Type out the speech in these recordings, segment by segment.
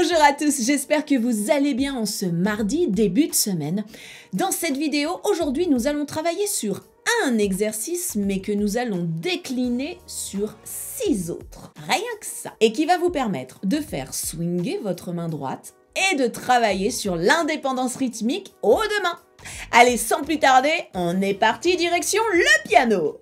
Bonjour à tous, j'espère que vous allez bien en ce mardi, début de semaine. Dans cette vidéo, aujourd'hui, nous allons travailler sur un exercice, mais que nous allons décliner sur 6 autres. Rien que ça. Et qui va vous permettre de faire swinger votre main droite et de travailler sur l'indépendance rythmique aux deux mains. Allez, sans plus tarder, on est parti direction le piano.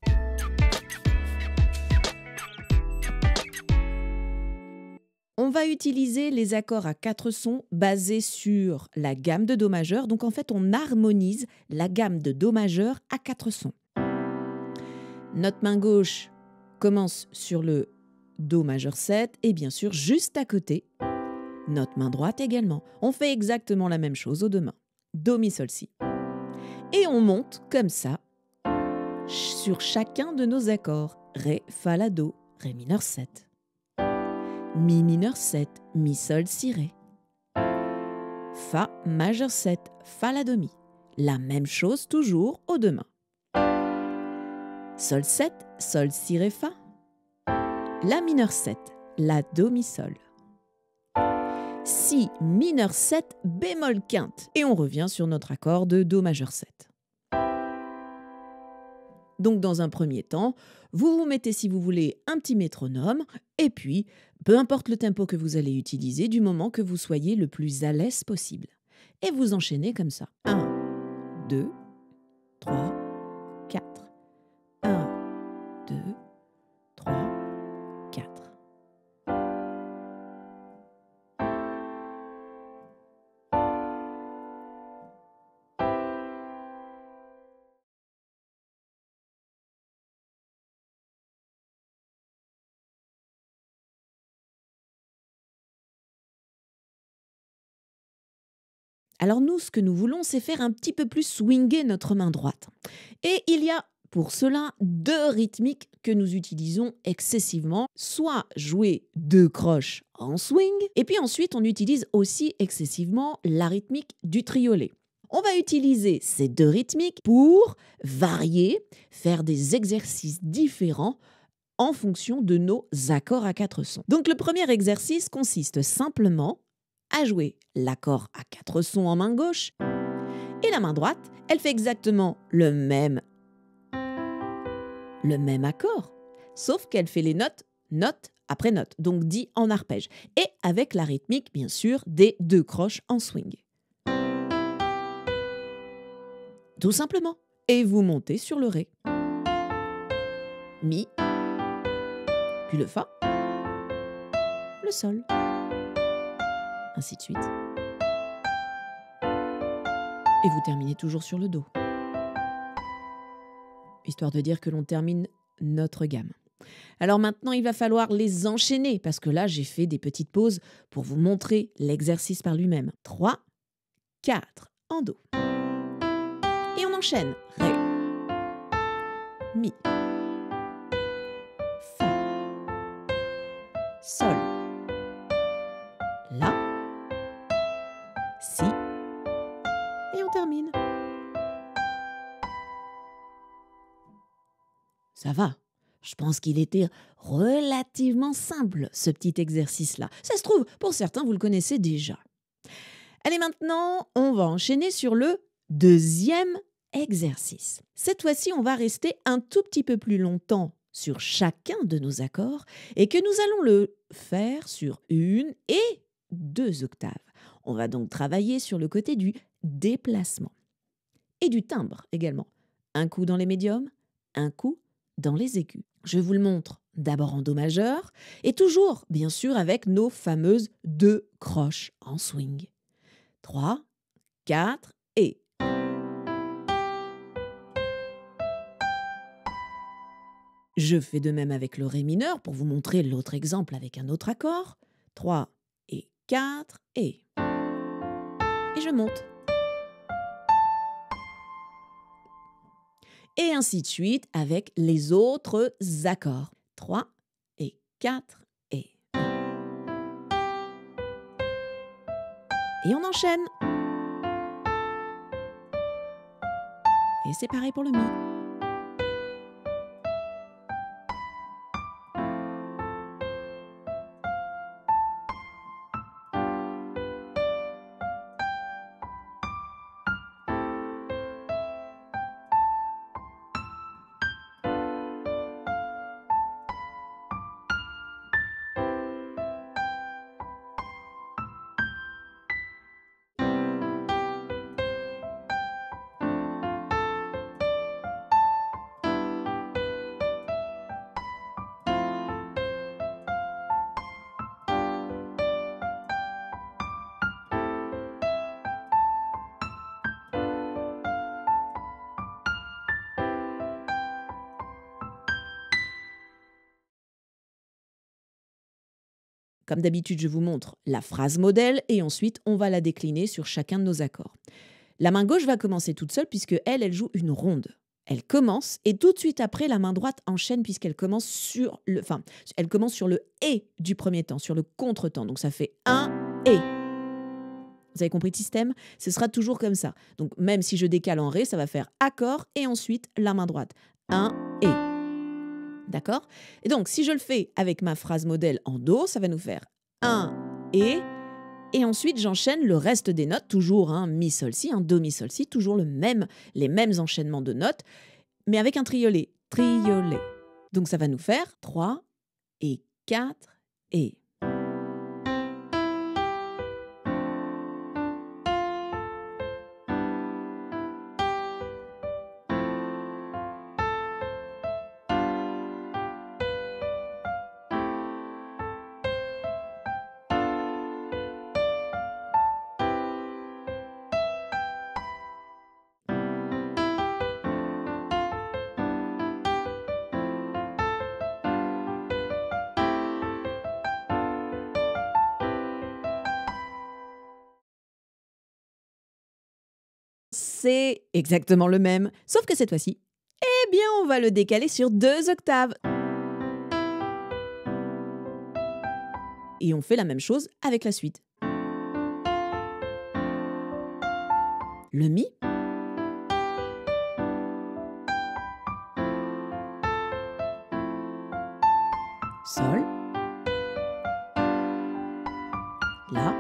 On va utiliser les accords à 4 sons basés sur la gamme de Do majeur. Donc en fait, on harmonise la gamme de Do majeur à 4 sons. Notre main gauche commence sur le Do majeur 7 et bien sûr, juste à côté, notre main droite également. On fait exactement la même chose aux deux mains. Do, Mi, Sol, Si. Et on monte comme ça sur chacun de nos accords. Ré, Fa, La, Do, Ré mineur 7. Mi mineur 7, Mi Sol Si Ré. Fa majeur 7, Fa La Do Mi. La même chose toujours aux deux mains. Sol 7, Sol Si Ré Fa. La mineur 7, La Do Mi Sol. Si mineur 7, bémol quinte. Et on revient sur notre accord de Do majeur 7. Donc dans un premier temps, vous vous mettez si vous voulez un petit métronome et puis peu importe le tempo que vous allez utiliser du moment que vous soyez le plus à l'aise possible. Et vous enchaînez comme ça. 1, 2, 3, 4. 1, 2, 3, 4. Alors nous, ce que nous voulons, c'est faire un petit peu plus swinger notre main droite. Et il y a pour cela 2 rythmiques que nous utilisons excessivement, soit jouer 2 croches en swing, et puis ensuite on utilise aussi excessivement la rythmique du triolet. On va utiliser ces 2 rythmiques pour varier, faire des exercices différents en fonction de nos accords à 4 sons. Donc le premier exercice consiste simplement à jouer l'accord à 4 sons en main gauche et la main droite, elle fait exactement le même accord, sauf qu'elle fait les notes, note après note, donc dit en arpège, et avec la rythmique, bien sûr, des 2 croches en swing. Tout simplement. Et vous montez sur le Ré. Mi, puis le Fa, le Sol, ainsi de suite. Et vous terminez toujours sur le Do. Histoire de dire que l'on termine notre gamme. Alors maintenant, il va falloir les enchaîner, parce que là, j'ai fait des petites pauses pour vous montrer l'exercice par lui-même. 3, 4, en Do. Et on enchaîne. Ré, Mi, Fa, Sol, La, Si, et on termine. Ça va. Je pense qu'il était relativement simple, ce petit exercice-là. Ça se trouve, pour certains, vous le connaissez déjà. Allez, maintenant, on va enchaîner sur le deuxième exercice. Cette fois-ci, on va rester un tout petit peu plus longtemps sur chacun de nos accords et que nous allons le faire sur 1 et 2 octaves. On va donc travailler sur le côté du déplacement et du timbre également. Un coup dans les médiums, un coup dans les aigus. Je vous le montre d'abord en Do majeur et toujours, bien sûr, avec nos fameuses 2 croches en swing. 3, 4 et... Je fais de même avec le Ré mineur pour vous montrer l'autre exemple avec un autre accord. 3 et 4 et... Et je monte. Et ainsi de suite avec les autres accords. 3 et 4 et... Et on enchaîne. Et c'est pareil pour le Mi. Comme d'habitude, je vous montre la phrase modèle et ensuite, on va la décliner sur chacun de nos accords. La main gauche va commencer toute seule puisque elle joue une ronde. Elle commence et tout de suite après, la main droite enchaîne puisqu'elle commence sur elle commence sur le « et » du premier temps, sur le contre-temps. Donc, ça fait un « et ». Vous avez compris le système? Ce sera toujours comme ça. Donc, même si je décale en Ré, ça va faire accord et ensuite la main droite. Un « et ». D'accord? Et donc, si je le fais avec ma phrase modèle en Do, ça va nous faire un « et ». Et ensuite, j'enchaîne le reste des notes, toujours un mi, sol, si, un do, mi, sol, si, toujours les mêmes enchaînements de notes, mais avec un triolet. Triolet. Donc, ça va nous faire 3 et 4 et. C'est exactement le même, sauf que cette fois-ci, eh bien, on va le décaler sur 2 octaves. Et on fait la même chose avec la suite. Le mi. Sol. La.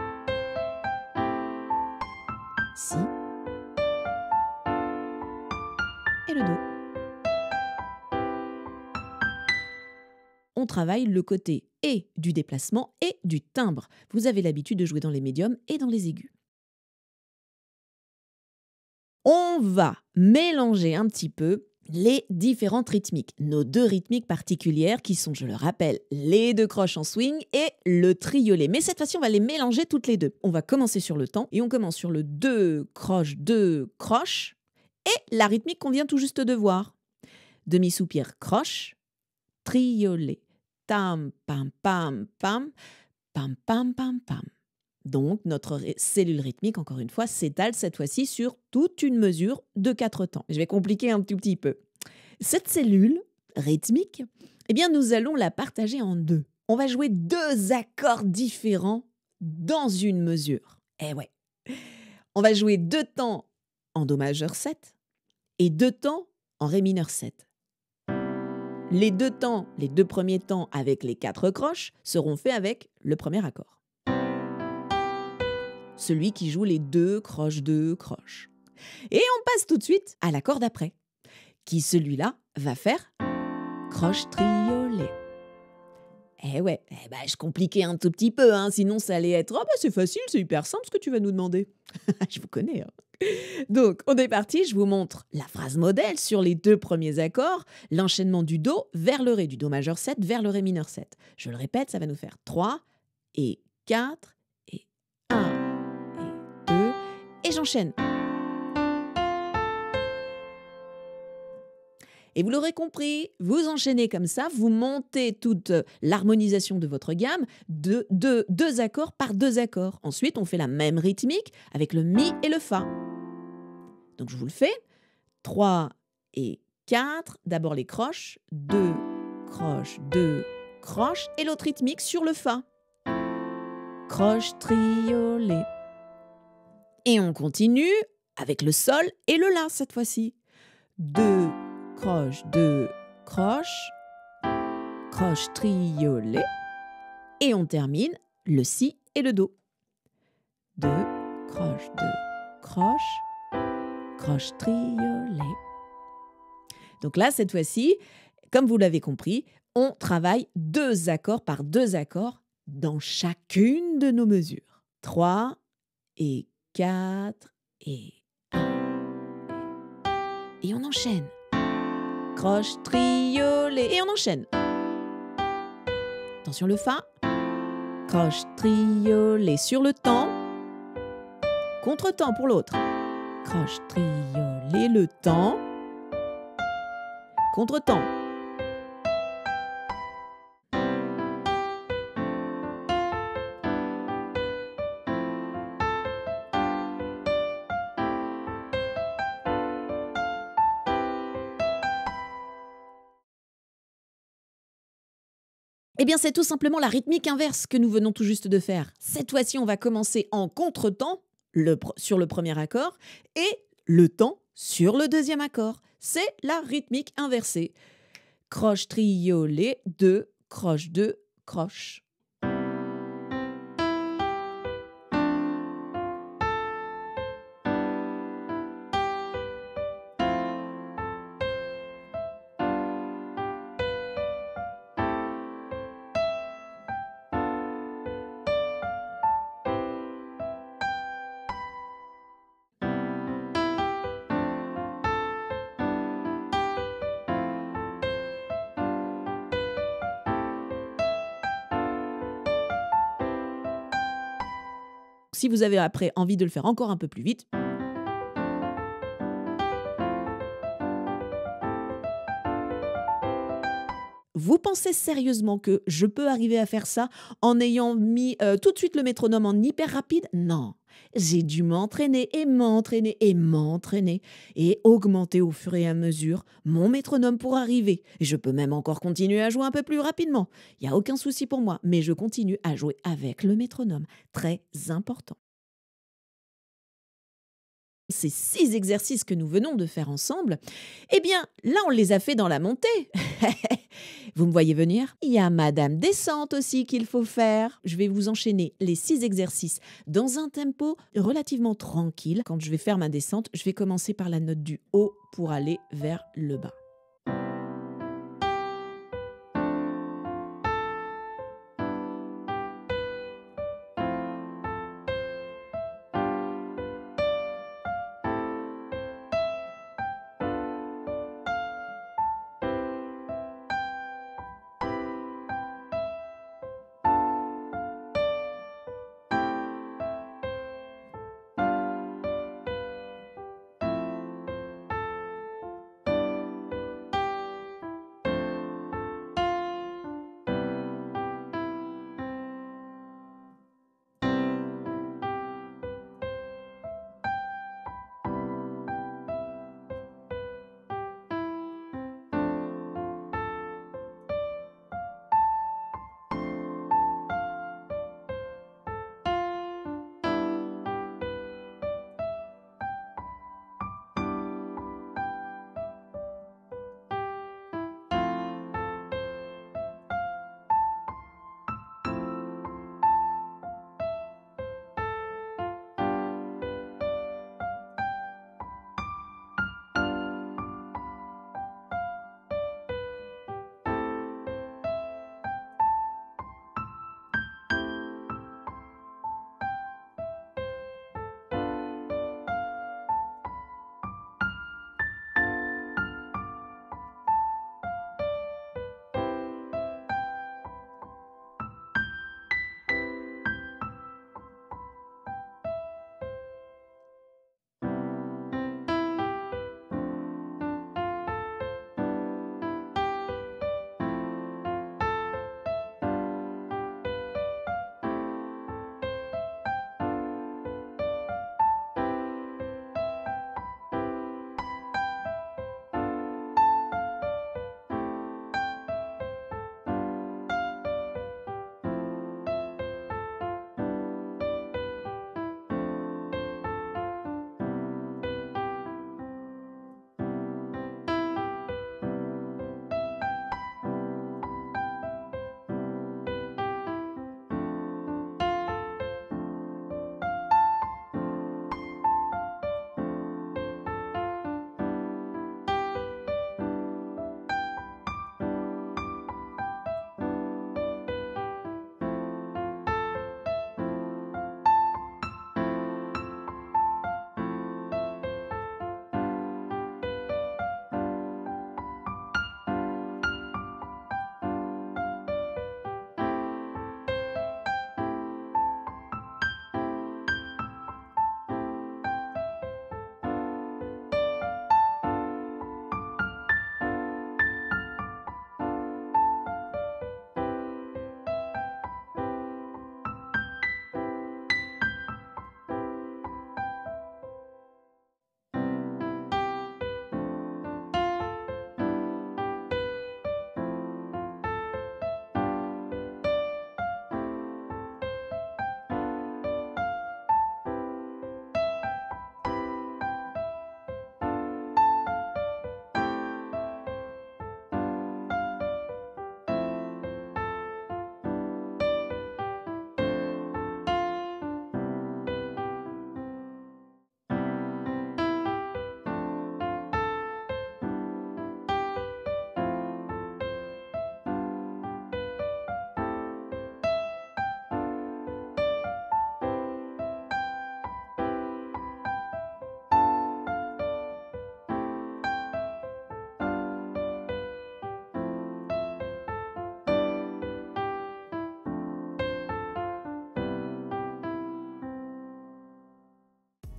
Si. Et le do. On travaille le côté et du déplacement et du timbre. Vous avez l'habitude de jouer dans les médiums et dans les aigus. On va mélanger un petit peu les différentes rythmiques, nos 2 rythmiques particulières qui sont, je le rappelle, les 2 croches en swing et le triolet. Mais cette fois-ci, on va les mélanger toutes les 2. On va commencer sur le temps et on commence sur le 2 croche et la rythmique qu'on vient tout juste de voir. Demi-soupir croche, triolet. Tam, pam, pam, pam, pam, pam, pam, pam. Donc, notre cellule rythmique, encore une fois, s'étale cette fois-ci sur toute une mesure de 4 temps. Je vais compliquer un tout petit peu. Cette cellule rythmique, eh bien, nous allons la partager en 2. On va jouer 2 accords différents dans une mesure. Eh ouais. On va jouer 2 temps en Do majeur 7 et 2 temps en Ré mineur 7. Les 2 temps, les 2 premiers temps avec les 4 croches seront faits avec le premier accord. Celui qui joue les 2 croches. Et on passe tout de suite à l'accord d'après, qui celui-là va faire croche triolet. Eh ouais, je compliquais un tout petit peu, hein, sinon ça allait être « Oh c'est facile, c'est hyper simple ce que tu vas nous demander. » Je vous connais. Hein. Donc, on est parti, je vous montre la phrase modèle sur les 2 premiers accords, l'enchaînement du Do vers le Ré, du Do majeur 7 vers le Ré mineur 7. Je le répète, ça va nous faire 3 et 4 et 1 et 2 et j'enchaîne. Et vous l'aurez compris, vous enchaînez comme ça, vous montez toute l'harmonisation de votre gamme de 2 accords par 2 accords. Ensuite, on fait la même rythmique avec le Mi et le Fa. Donc, je vous le fais. 3 et 4, d'abord les croches, 2 croches, et l'autre rythmique sur le Fa. Croche, triolet. Et on continue avec le Sol et le La cette fois-ci. 2 croches, triolet, et on termine le Si et le Do. 2 croches, triolet. Donc là, cette fois-ci, comme vous l'avez compris, on travaille 2 accords par 2 accords dans chacune de nos mesures. 3 et 4 et 1. Et on enchaîne. Croche, triolet. Et on enchaîne. Attention le Fa. Croche, triolet sur le temps. Contre-temps pour l'autre. Croche, triolet, le temps. Contre-temps. Eh bien, c'est tout simplement la rythmique inverse que nous venons tout juste de faire. Cette fois-ci, on va commencer en contretemps sur le premier accord et le temps sur le deuxième accord. C'est la rythmique inversée. Croche, triolet, 2, croche, 2, croche. Si vous avez après envie de le faire encore un peu plus vite, vous pensez sérieusement que je peux arriver à faire ça en ayant mis tout de suite le métronome en hyper rapide? Non, j'ai dû m'entraîner et m'entraîner et m'entraîner et augmenter au fur et à mesure mon métronome pour arriver. Et je peux même encore continuer à jouer un peu plus rapidement. Il n'y a aucun souci pour moi, mais je continue à jouer avec le métronome. Très important. Ces 6 exercices que nous venons de faire ensemble, eh bien, là, on les a fait dans la montée. Vous me voyez venir? Il y a Madame Descente aussi qu'il faut faire. Je vais vous enchaîner les 6 exercices dans un tempo relativement tranquille. Quand je vais faire ma descente, je vais commencer par la note du haut pour aller vers le bas.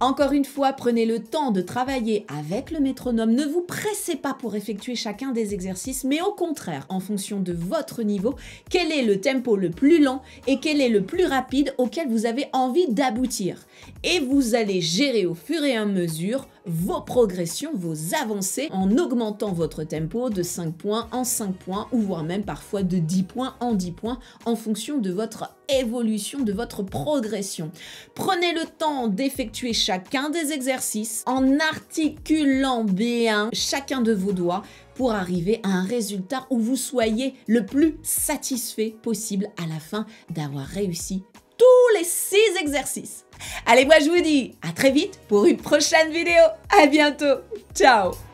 Encore une fois, prenez le temps de travailler avec le métronome. Ne vous pressez pas pour effectuer chacun des exercices, mais au contraire, en fonction de votre niveau, quel est le tempo le plus lent et quel est le plus rapide auquel vous avez envie d'aboutir. Et vous allez gérer au fur et à mesure vos progressions, vos avancées en augmentant votre tempo de 5 points en 5 points ou voire même parfois de 10 points en 10 points en fonction de votre évolution, de votre progression. Prenez le temps d'effectuer chacun des exercices en articulant bien chacun de vos doigts pour arriver à un résultat où vous soyez le plus satisfait possible à la fin d'avoir réussi tous les 6 exercices. Allez, moi je vous dis à très vite pour une prochaine vidéo. À bientôt. Ciao.